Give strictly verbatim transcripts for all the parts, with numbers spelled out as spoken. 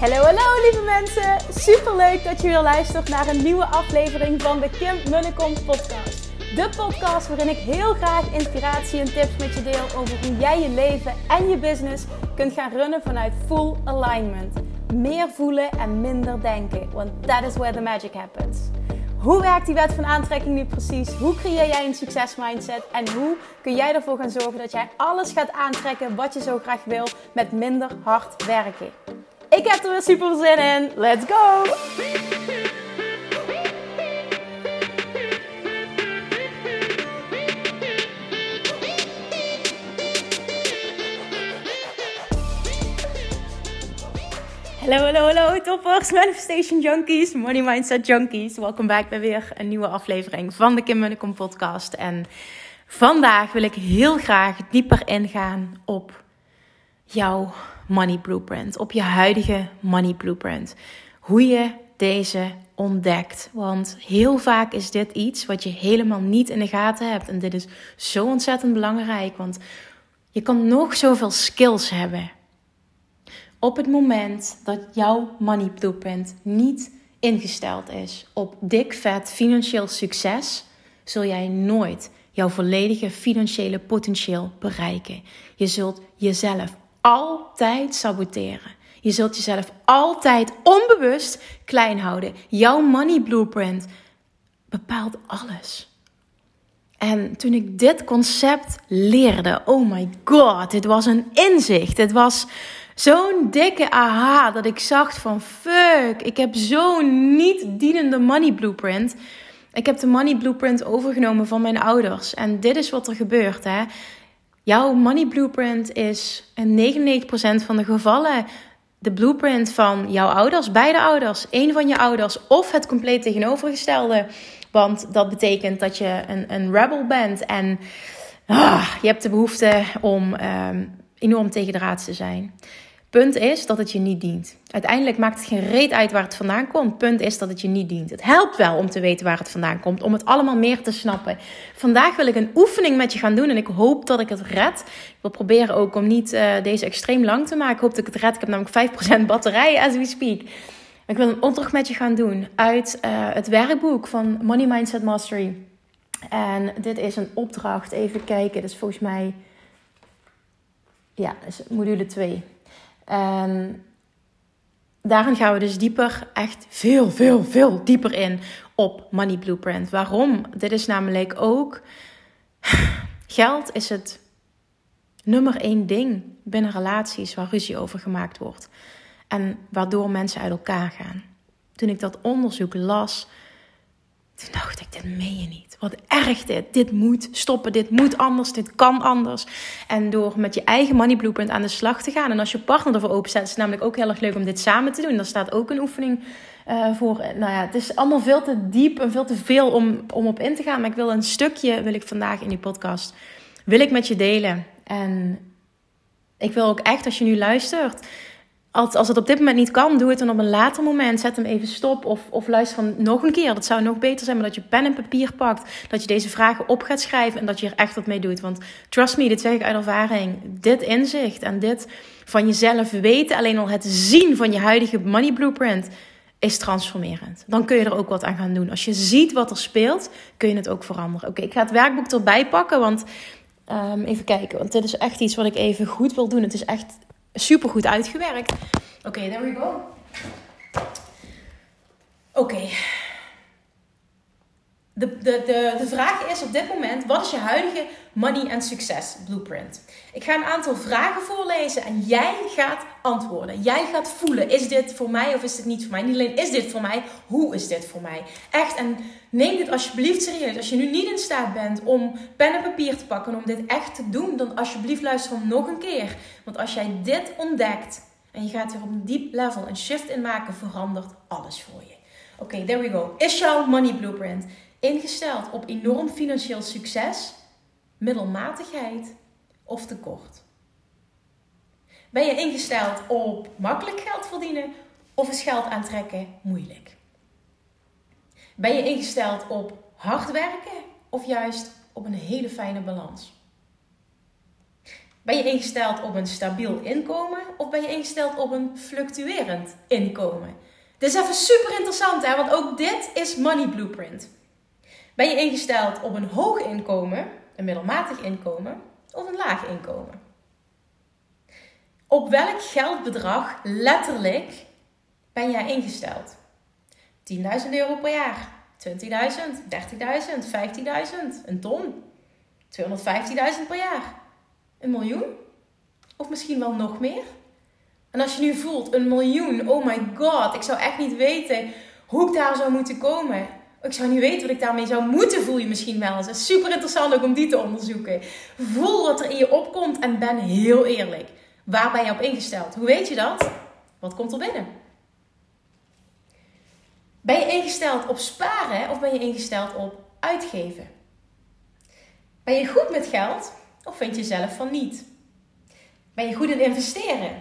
Hallo, hallo lieve mensen. Superleuk dat je weer luistert naar een nieuwe aflevering van de Kim Munnekom podcast. De podcast waarin ik heel graag inspiratie en tips met je deel over hoe jij je leven en je business kunt gaan runnen vanuit full alignment. Meer voelen en minder denken, want that is where the magic happens. Hoe werkt die wet van aantrekking nu precies? Hoe creëer jij een succesmindset? En hoe kun jij ervoor gaan zorgen dat jij alles gaat aantrekken wat je zo graag wil met minder hard werken? Ik heb er weer super zin in. Let's go! Hallo, hallo, hallo toppers, Manifestation Junkies, Money Mindset Junkies. Welkom back bij weer een nieuwe aflevering van de Kim Munnekom podcast. En vandaag wil ik heel graag dieper ingaan op jouw money blueprint. Op je huidige money blueprint. Hoe je deze ontdekt. Want heel vaak is dit iets wat je helemaal niet in de gaten hebt. En dit is zo ontzettend belangrijk. Want je kan nog zoveel skills hebben. Op het moment dat jouw money blueprint niet ingesteld is op dik vet financieel succes, zul jij nooit jouw volledige financiële potentieel bereiken. Je zult jezelf altijd saboteren. Je zult jezelf altijd onbewust klein houden. Jouw money blueprint bepaalt alles. En toen ik dit concept leerde, oh my god, dit was een inzicht. Het was zo'n dikke aha dat ik zag van fuck, ik heb zo'n niet dienende money blueprint. Ik heb de money blueprint overgenomen van mijn ouders. En dit is wat er gebeurt, hè. Jouw money blueprint is in negenennegentig procent van de gevallen de blueprint van jouw ouders, beide ouders, één van je ouders of het compleet tegenovergestelde. Want dat betekent dat je een, een rebel bent en ah, je hebt de behoefte om um, enorm tegendraads te zijn. Punt is dat het je niet dient. Uiteindelijk maakt het geen reet uit waar het vandaan komt. Punt is dat het je niet dient. Het helpt wel om te weten waar het vandaan komt. Om het allemaal meer te snappen. Vandaag wil ik een oefening met je gaan doen. En ik hoop dat ik het red. Ik wil proberen ook om niet uh, deze extreem lang te maken. Ik hoop dat ik het red. Ik heb namelijk vijf procent batterij as we speak. Ik wil een opdracht met je gaan doen. Uit uh, het werkboek van Money Mindset Mastery. En dit is een opdracht. Even kijken. Dat is volgens mij... Ja, dat is module twee. En daarin gaan we dus dieper, echt veel, veel, veel dieper in op money blueprint. Waarom? Dit is namelijk ook, geld is het nummer één ding binnen relaties waar ruzie over gemaakt wordt. En waardoor mensen uit elkaar gaan. Toen ik dat onderzoek las, toen dacht ik, dit meen je niet. Wat erg dit. Dit moet stoppen. Dit moet anders. Dit kan anders. En door met je eigen money blueprint aan de slag te gaan. En als je partner ervoor openstaat, is het namelijk ook heel erg leuk om dit samen te doen. Daar staat ook een oefening uh, voor. Nou ja, het is allemaal veel te diep en veel te veel om, om op in te gaan. Maar ik wil een stukje, wil ik vandaag in die podcast, wil ik met je delen. En ik wil ook echt, als je nu luistert, Als, als het op dit moment niet kan, doe het dan op een later moment. Zet hem even stop of, of luister van nog een keer. Dat zou nog beter zijn, maar dat je pen en papier pakt. Dat je deze vragen op gaat schrijven en dat je er echt wat mee doet. Want trust me, dit zeg ik uit ervaring. Dit inzicht en dit van jezelf weten, alleen al het zien van je huidige money blueprint, is transformerend. Dan kun je er ook wat aan gaan doen. Als je ziet wat er speelt, kun je het ook veranderen. Oké, okay, ik ga het werkboek erbij pakken, want um, even kijken. Want dit is echt iets wat ik even goed wil doen. Het is echt super goed uitgewerkt. Oké, okay, there we go. Oké. Okay. De, de, de, de vraag is op dit moment, wat is je huidige money en succes blueprint? Ik ga een aantal vragen voorlezen en jij gaat antwoorden. Jij gaat voelen, is dit voor mij of is dit niet voor mij? Niet alleen is dit voor mij, hoe is dit voor mij? Echt, en neem dit alsjeblieft serieus. Als je nu niet in staat bent om pen en papier te pakken en om dit echt te doen, dan alsjeblieft luister hem nog een keer. Want als jij dit ontdekt en je gaat hier op een diep level een shift in maken, verandert alles voor je. Oké, okay, there we go. Is jouw money blueprint ingesteld op enorm financieel succes, middelmatigheid of tekort? Ben je ingesteld op makkelijk geld verdienen of is geld aantrekken moeilijk? Ben je ingesteld op hard werken of juist op een hele fijne balans? Ben je ingesteld op een stabiel inkomen of ben je ingesteld op een fluctuerend inkomen? Dit is even super interessant, hè? Want ook dit is Money Blueprint. Ben je ingesteld op een hoog inkomen, een middelmatig inkomen of een laag inkomen? Op welk geldbedrag letterlijk ben jij ingesteld? tienduizend euro per jaar, twintigduizend, dertigduizend, vijftienduizend, een ton, tweehonderdvijftigduizend per jaar, een miljoen of misschien wel nog meer? En als je nu voelt, een miljoen, oh my god, ik zou echt niet weten hoe ik daar zou moeten komen. Ik zou niet weten wat ik daarmee zou moeten, voel je misschien wel. Het is super interessant ook om die te onderzoeken. Voel wat er in je opkomt en ben heel eerlijk. Waar ben je op ingesteld? Hoe weet je dat? Wat komt er binnen? Ben je ingesteld op sparen of ben je ingesteld op uitgeven? Ben je goed met geld of vind je zelf van niet? Ben je goed in investeren?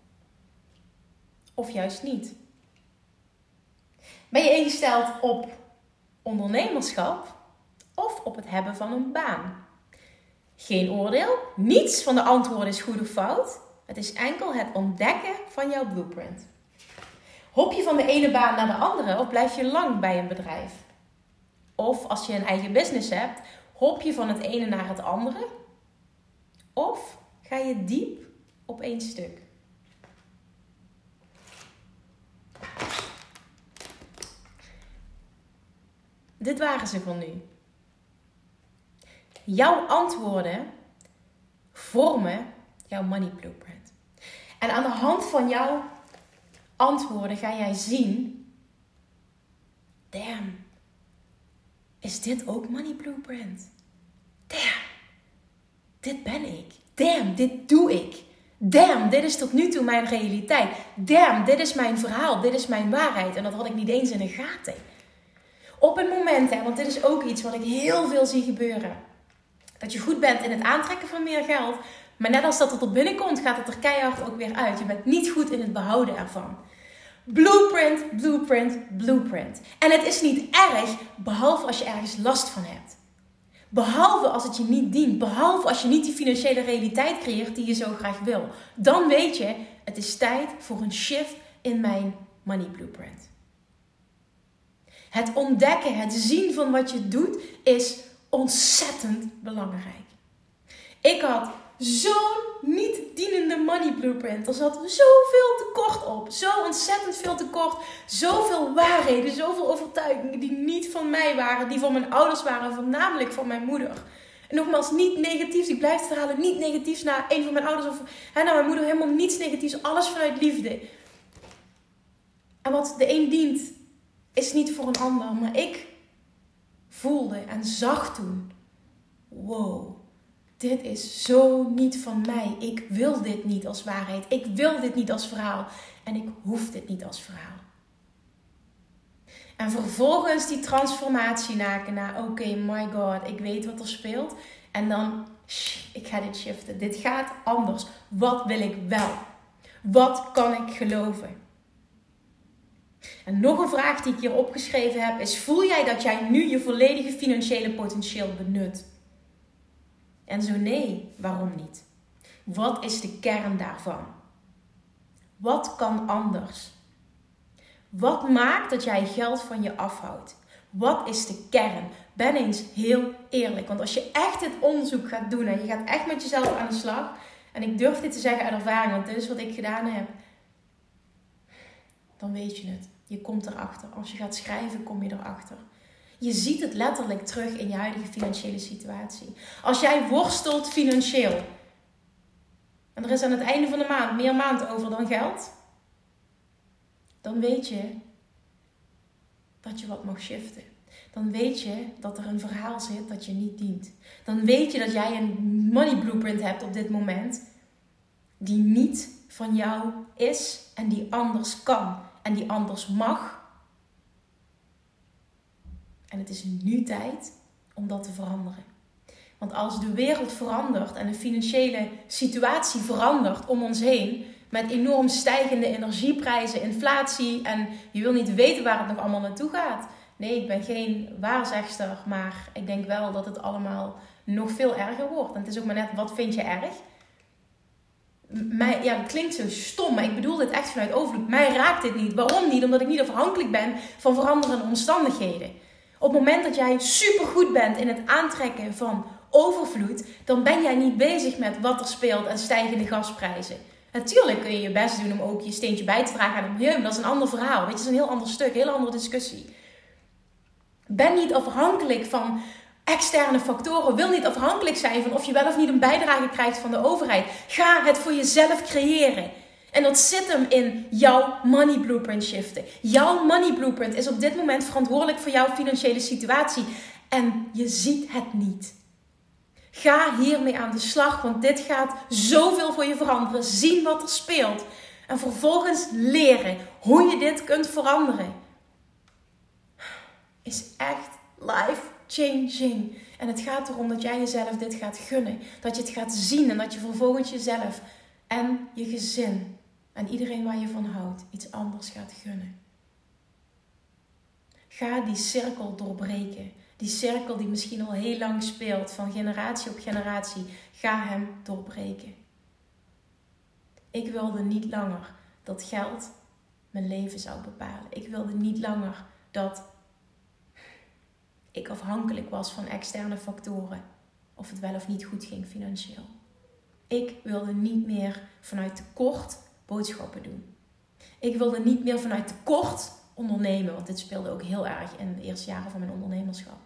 Of juist niet? Ben je ingesteld op ondernemerschap of op het hebben van een baan? Geen oordeel, niets van de antwoorden is goed of fout. Het is enkel het ontdekken van jouw blueprint. Hop je van de ene baan naar de andere of blijf je lang bij een bedrijf? Of als je een eigen business hebt, hop je van het ene naar het andere? Of ga je diep op één stuk? Dit waren ze voor nu. Jouw antwoorden vormen jouw money blueprint. En aan de hand van jouw antwoorden ga jij zien, damn, is dit ook money blueprint? Damn, dit ben ik. Damn, dit doe ik. Damn, dit is tot nu toe mijn realiteit. Damn, dit is mijn verhaal. Dit is mijn waarheid. En dat had ik niet eens in de gaten. Op het moment, hè, want dit is ook iets wat ik heel veel zie gebeuren. Dat je goed bent in het aantrekken van meer geld. Maar net als dat het er binnenkomt, gaat het er keihard ook weer uit. Je bent niet goed in het behouden ervan. Blueprint, blueprint, blueprint. En het is niet erg, behalve als je ergens last van hebt. Behalve als het je niet dient. Behalve als je niet die financiële realiteit creëert die je zo graag wil. Dan weet je, het is tijd voor een shift in mijn money blueprint. Het ontdekken, het zien van wat je doet, is ontzettend belangrijk. Ik had zo'n niet dienende money blueprint. Er zat zoveel tekort op. Zo ontzettend veel tekort. Zoveel waarheden, zoveel overtuigingen die niet van mij waren. Die van mijn ouders waren, voornamelijk van mijn moeder. En nogmaals, niet negatief. Ik blijf het herhalen. Niet negatiefs naar een van mijn ouders of hè, naar mijn moeder. Helemaal niets negatiefs. Alles vanuit liefde. En wat de een dient, is niet voor een ander. Maar ik voelde en zag toen. Wow. Dit is zo niet van mij. Ik wil dit niet als waarheid. Ik wil dit niet als verhaal. En ik hoef dit niet als verhaal. En vervolgens die transformatie maken naar... Oké, okay, my god, ik weet wat er speelt. En dan, shh, ik ga dit shiften. Dit gaat anders. Wat wil ik wel? Wat kan ik geloven? En nog een vraag die ik hier opgeschreven heb is... Voel jij dat jij nu je volledige financiële potentieel benut? En zo nee, waarom niet? Wat is de kern daarvan? Wat kan anders? Wat maakt dat jij geld van je afhoudt? Wat is de kern? Ben eens heel eerlijk. Want als je echt dit onderzoek gaat doen en je gaat echt met jezelf aan de slag. En ik durf dit te zeggen uit ervaring, want dit is wat ik gedaan heb. Dan weet je het. Je komt erachter. Als je gaat schrijven, kom je erachter. Je ziet het letterlijk terug in je huidige financiële situatie. Als jij worstelt financieel. En er is aan het einde van de maand meer maand over dan geld. Dan weet je dat je wat mag shiften. Dan weet je dat er een verhaal zit dat je niet dient. Dan weet je dat jij een money blueprint hebt op dit moment. Die niet van jou is en die anders kan. En die anders mag. En het is nu tijd om dat te veranderen. Want als de wereld verandert en de financiële situatie verandert om ons heen... met enorm stijgende energieprijzen, inflatie... en je wil niet weten waar het nog allemaal naartoe gaat. Nee, ik ben geen waarzegster, maar ik denk wel dat het allemaal nog veel erger wordt. En het is ook maar net, wat vind je erg? mij, ja, het klinkt zo stom, maar ik bedoel dit echt vanuit overvloed. Mij raakt dit niet. Waarom niet? Omdat ik niet afhankelijk ben van veranderende omstandigheden. Op het moment dat jij supergoed bent in het aantrekken van overvloed, dan ben jij niet bezig met wat er speelt en stijgende gasprijzen. Natuurlijk kun je je best doen om ook je steentje bij te dragen aan het milieu, maar dat is een ander verhaal. Weet je, dat is een heel ander stuk, een hele andere discussie. Ben niet afhankelijk van externe factoren. Wil niet afhankelijk zijn van of je wel of niet een bijdrage krijgt van de overheid. Ga het voor jezelf creëren. En dat zit hem in jouw money blueprint shiften. Jouw money blueprint is op dit moment verantwoordelijk voor jouw financiële situatie. En je ziet het niet. Ga hiermee aan de slag, want dit gaat zoveel voor je veranderen. Zien wat er speelt. En vervolgens leren hoe je dit kunt veranderen. Is echt life-changing. En het gaat erom dat jij jezelf dit gaat gunnen. Dat je het gaat zien en dat je vervolgens jezelf en je gezin en iedereen waar je van houdt iets anders gaat gunnen. Ga die cirkel doorbreken. Die cirkel die misschien al heel lang speelt, van generatie op generatie. Ga hem doorbreken. Ik wilde niet langer dat geld mijn leven zou bepalen. Ik wilde niet langer dat ik afhankelijk was van externe factoren. Of het wel of niet goed ging financieel. Ik wilde niet meer vanuit tekort boodschappen doen. Ik wilde niet meer vanuit tekort ondernemen. Want dit speelde ook heel erg in de eerste jaren van mijn ondernemerschap.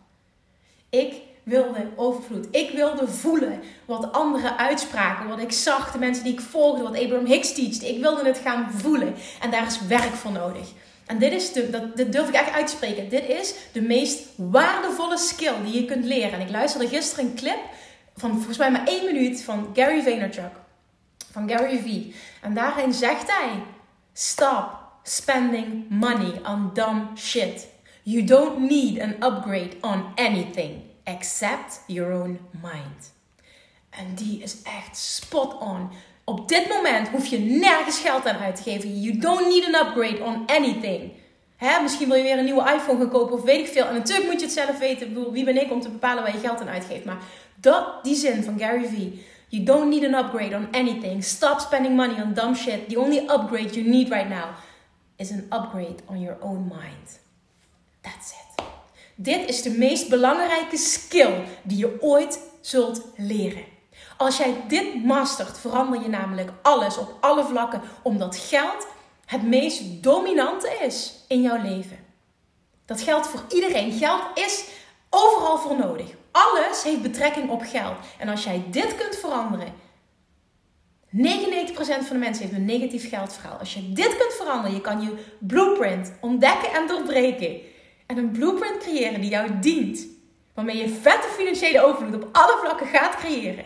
Ik wilde overvloed. Ik wilde voelen wat anderen uitspraken. Wat ik zag, de mensen die ik volgde. Wat Abraham Hicks teacht. Ik wilde het gaan voelen. En daar is werk voor nodig. En dit, is de, dat, dit durf ik echt uit te spreken. Dit is de meest waardevolle skill die je kunt leren. En ik luisterde gisteren een clip van volgens mij maar één minuut van Gary Vaynerchuk. Van Gary V. En daarin zegt hij: Stop spending money on dumb shit. You don't need an upgrade on anything except your own mind. En die is echt spot on. Op dit moment hoef je nergens geld aan uit te geven. You don't need an upgrade on anything. Hè, misschien wil je weer een nieuwe iPhone gaan kopen of weet ik veel. En natuurlijk moet je het zelf weten. Ik bedoel, wie ben ik om te bepalen waar je geld aan uitgeeft. Maar dat, die zin van Gary V. You don't need an upgrade on anything. Stop spending money on dumb shit. The only upgrade you need right now is an upgrade on your own mind. That's it. Dit is de meest belangrijke skill die je ooit zult leren. Als jij dit mastert, verander je namelijk alles op alle vlakken, omdat geld het meest dominante is in jouw leven. Dat geldt voor iedereen. Geld is overal voor nodig. Alles heeft betrekking op geld. En als jij dit kunt veranderen, negenennegentig procent van de mensen heeft een negatief geldverhaal. Als je dit kunt veranderen, je kan je blueprint ontdekken en doorbreken. En een blueprint creëren die jou dient. Waarmee je vette financiële overvloed op alle vlakken gaat creëren.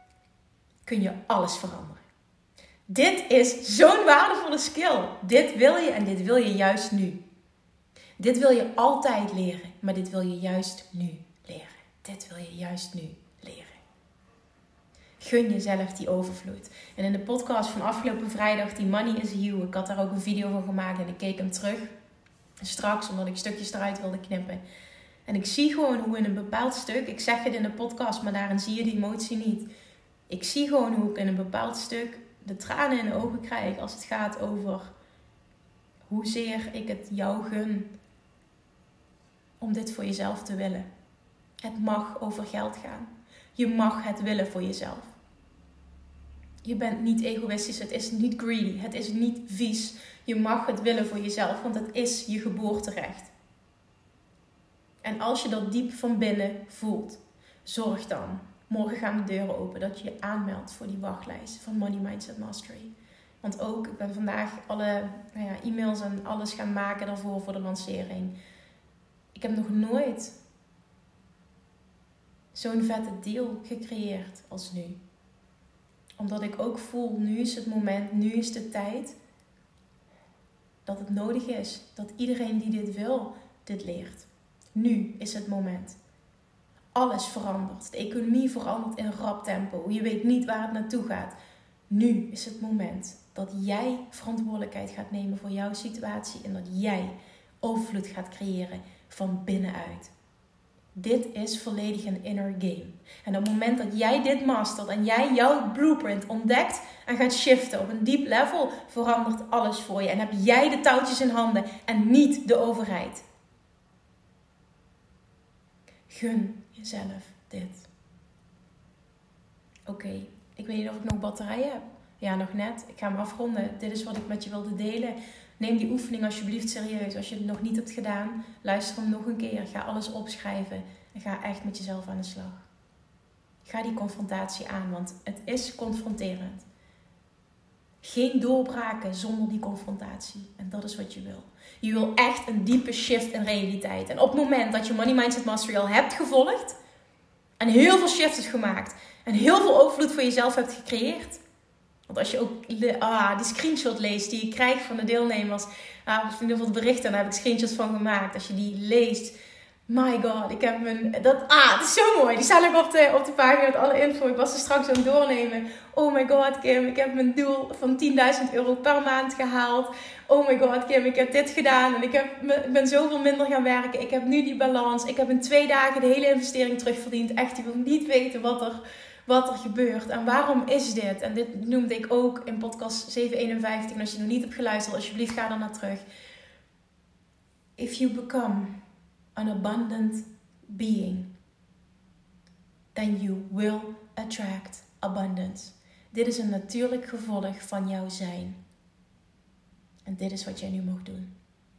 Kun je alles veranderen. Dit is zo'n waardevolle skill. Dit wil je en dit wil je juist nu. Dit wil je altijd leren. Maar dit wil je juist nu leren. Dit wil je juist nu leren. Gun jezelf die overvloed. En in de podcast van afgelopen vrijdag, die Money is You. Ik had daar ook een video van gemaakt en ik keek hem terug. Straks, omdat ik stukjes eruit wilde knippen. En ik zie gewoon hoe in een bepaald stuk, ik zeg het in de podcast, maar daarin zie je die emotie niet. Ik zie gewoon hoe ik in een bepaald stuk de tranen in de ogen krijg als het gaat over hoezeer ik het jou gun om dit voor jezelf te willen. Het mag over geld gaan. Je mag het willen voor jezelf. Je bent niet egoïstisch, het is niet greedy, het is niet vies. Je mag het willen voor jezelf, want het is je geboorterecht. En als je dat diep van binnen voelt, zorg dan, morgen gaan de deuren open, dat je je aanmeldt voor die wachtlijst van Money Mindset Mastery. Want ook, ik ben vandaag alle nou ja, e-mails en alles gaan maken daarvoor, voor de lancering. Ik heb nog nooit zo'n vette deal gecreëerd als nu. Omdat ik ook voel, nu is het moment, nu is de tijd dat het nodig is. Dat iedereen die dit wil, dit leert. Nu is het moment. Alles verandert. De economie verandert in rap tempo. Je weet niet waar het naartoe gaat. Nu is het moment dat jij verantwoordelijkheid gaat nemen voor jouw situatie. En dat jij overvloed gaat creëren van binnenuit. Dit is volledig een inner game. En op het moment dat jij dit mastert en jij jouw blueprint ontdekt en gaat shiften op een diep level, verandert alles voor je. En heb jij de touwtjes in handen en niet de overheid. Gun jezelf dit. Oké, okay, ik weet niet of ik nog batterijen heb. Ja, nog net. Ik ga hem afronden. Dit is wat ik met je wilde delen. Neem die oefening alsjeblieft serieus. Als je het nog niet hebt gedaan, luister hem nog een keer. Ga alles opschrijven en ga echt met jezelf aan de slag. Ga die confrontatie aan, want het is confronterend. Geen doorbraken zonder die confrontatie. En dat is wat je wil. Je wil echt een diepe shift in realiteit. En op het moment dat je Money Mindset Mastery al hebt gevolgd en heel veel shifts hebt gemaakt en heel veel overvloed voor jezelf hebt gecreëerd. Want als je ook ah, die screenshot leest die je krijgt van de deelnemers, ah, of in ieder geval de berichten, daar heb ik screenshots van gemaakt. Als je die leest, my god, ik heb mijn, dat, ah, het is zo mooi. Die staan ook op de, op de pagina met alle info. Ik was er straks aan het doornemen. Oh my god, Kim, ik heb mijn doel van tienduizend euro per maand gehaald. Oh my god, Kim, ik heb dit gedaan en ik, heb, ik ben zoveel minder gaan werken. Ik heb nu die balans. Ik heb in twee dagen de hele investering terugverdiend. Echt, je wil niet weten wat er... Wat er gebeurt en waarom is dit? En dit noemde ik ook in podcast zevenhonderdeenenvijftig. En als je nog niet hebt geluisterd, alsjeblieft ga er naar terug. If you become an abundant being, then you will attract abundance. Dit is een natuurlijk gevolg van jouw zijn. En dit is wat jij nu mag doen.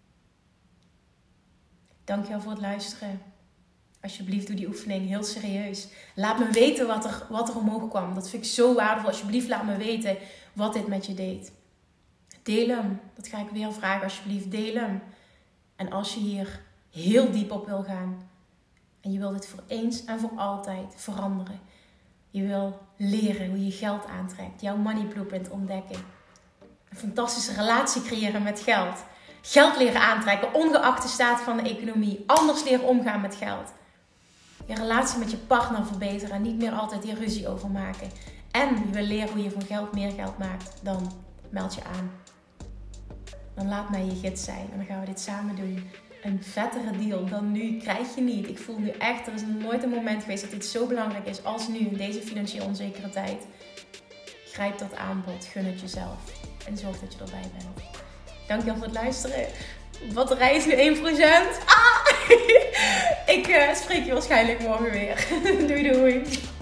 Dankjewel voor het luisteren. Alsjeblieft, doe die oefening heel serieus. Laat me weten wat er, wat er omhoog kwam. Dat vind ik zo waardevol. Alsjeblieft, laat me weten wat dit met je deed. Deel hem. Dat ga ik weer vragen. Alsjeblieft, deel hem. En als je hier heel diep op wil gaan. En je wil dit voor eens en voor altijd veranderen. Je wil leren hoe je geld aantrekt. Jouw money blueprint ontdekken. Een fantastische relatie creëren met geld. Geld leren aantrekken, ongeacht de staat van de economie. Anders leren omgaan met geld. Je relatie met je partner verbeteren en niet meer altijd hier ruzie over maken. En je wil leren hoe je van geld meer geld maakt. Dan meld je aan. Dan laat mij je gids zijn. En dan gaan we dit samen doen. Een vettere deal dan nu krijg je niet. Ik voel nu echt, er is nooit een moment geweest dat dit zo belangrijk is als nu in deze financieel onzekere tijd. Grijp dat aanbod, gun het jezelf. En zorg dat je erbij bent. Dankjewel voor het luisteren. Batterij is nu één procent. Ah! Ik uh, spreek je waarschijnlijk morgen weer. Doei doei.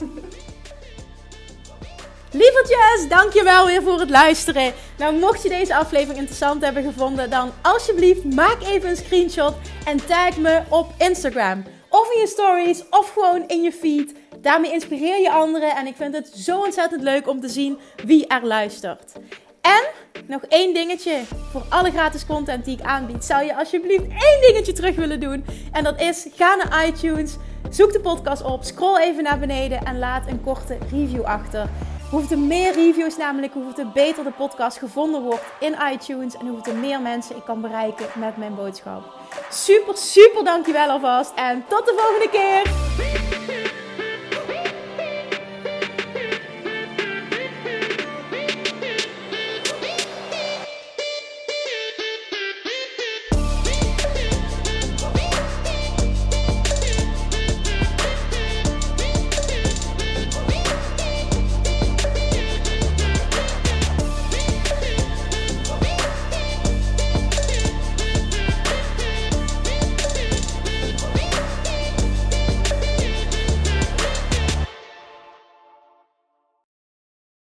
Lievertjes, dankjewel weer voor het luisteren. Nou, mocht je deze aflevering interessant hebben gevonden, dan alsjeblieft maak even een screenshot en tag me op Instagram. Of in je stories, of gewoon in je feed. Daarmee inspireer je anderen en ik vind het zo ontzettend leuk om te zien wie er luistert. En nog één dingetje. Voor alle gratis content die ik aanbied, zou je alsjeblieft één dingetje terug willen doen. En dat is, ga naar iTunes, zoek de podcast op, scroll even naar beneden en laat een korte review achter. Hoeveel meer reviews namelijk, hoeveel beter de podcast gevonden wordt in iTunes. En hoeveel meer mensen ik kan bereiken met mijn boodschap. Super, super dankjewel alvast. En tot de volgende keer.